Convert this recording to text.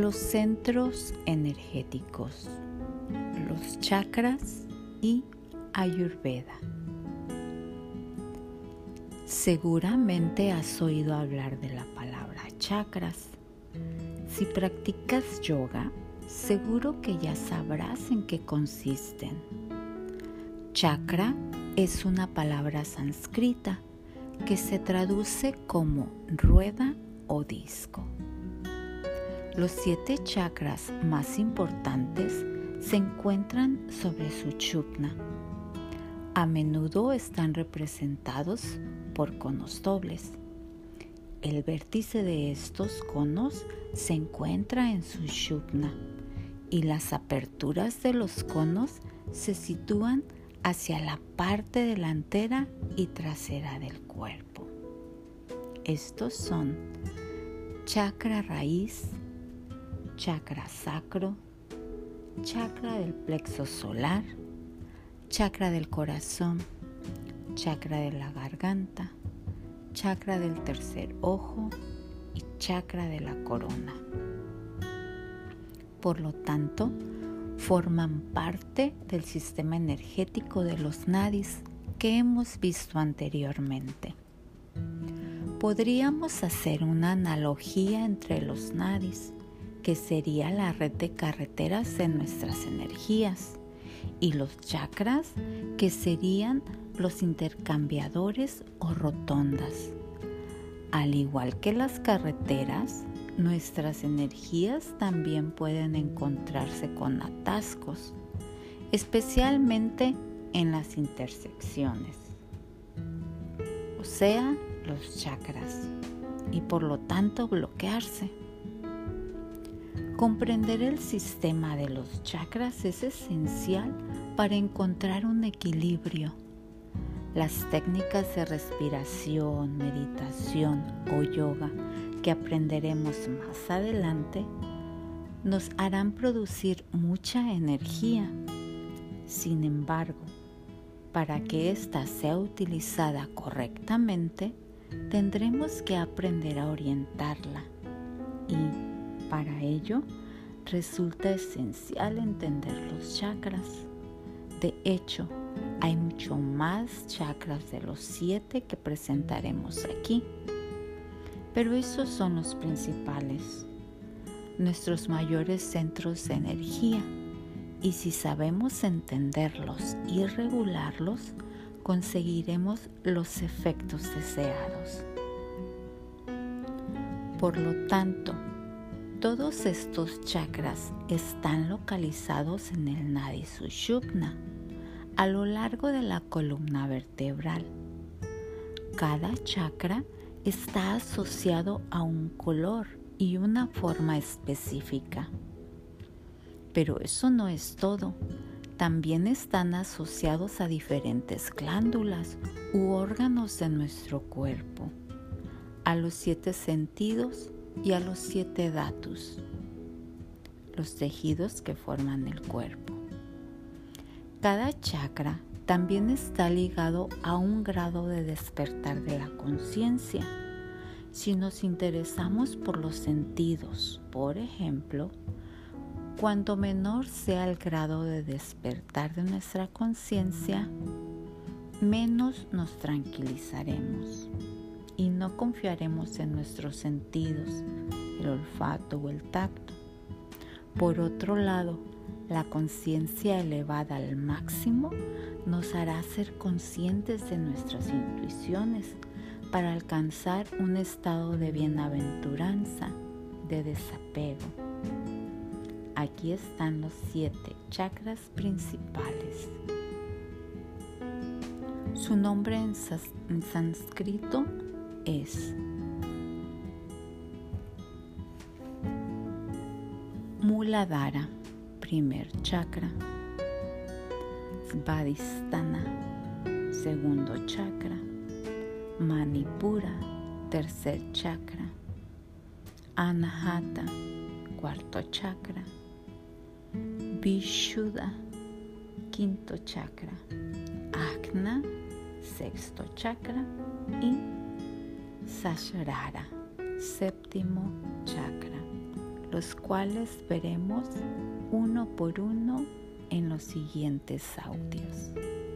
los centros energéticos, los chakras y Ayurveda. Seguramente has oído hablar de la palabra chakras. Si practicas yoga, seguro que ya sabrás en qué consisten. Chakra es una palabra sánscrita que se traduce como rueda o disco. Los 7 chakras más importantes se encuentran sobre Sushumna. A menudo están representados por conos dobles. El vértice de estos conos se encuentra en Sushumna y las aperturas de los conos se sitúan hacia la parte delantera y trasera del cuerpo. Estos son chakra raíz, chakra sacro, chakra del plexo solar, chakra del corazón, chakra de la garganta, chakra del tercer ojo y chakra de la corona. Por lo tanto, forman parte del sistema energético de los nadis que hemos visto anteriormente. Podríamos hacer una analogía entre los nadis, que sería la red de carreteras de nuestras energías, y los chakras, que serían los intercambiadores o rotondas. Al igual que las carreteras, nuestras energías también pueden encontrarse con atascos, especialmente en las intersecciones, o sea, los chakras, y por lo tanto bloquearse. Comprender el sistema de los chakras es esencial para encontrar un equilibrio. Las técnicas de respiración, meditación o yoga que aprenderemos más adelante nos harán producir mucha energía. Sin embargo, para que ésta sea utilizada correctamente, tendremos que aprender a orientarla y, para ello, resulta esencial entender los chakras. De hecho, hay mucho más chakras de los 7 que presentaremos aquí. Pero esos son los principales, nuestros mayores centros de energía, y si sabemos entenderlos y regularlos, conseguiremos los efectos deseados. Por lo tanto, todos estos chakras están localizados en el Nadi Sushumna, a lo largo de la columna vertebral. Cada chakra está asociado a un color y una forma específica. Pero eso no es todo. También están asociados a diferentes glándulas u órganos de nuestro cuerpo, a los 7 sentidos y a los 7 dhatus, los tejidos que forman el cuerpo. Cada chakra también está ligado a un grado de despertar de la conciencia. Si nos interesamos por los sentidos, por ejemplo, cuanto menor sea el grado de despertar de nuestra conciencia, menos nos tranquilizaremos y no confiaremos en nuestros sentidos, el olfato o el tacto. Por otro lado, la conciencia elevada al máximo nos hará ser conscientes de nuestras intuiciones para alcanzar un estado de bienaventuranza, de desapego. Aquí están los 7 chakras principales. Su nombre en sánscrito es Muladhara, primer chakra; Svadhisthana, segundo chakra; Manipura, tercer chakra; Anahata, cuarto chakra; Vishuddha, quinto chakra; Ajna, sexto chakra; y Sahasrara, séptimo chakra. los cuales veremos uno por uno en los siguientes audios.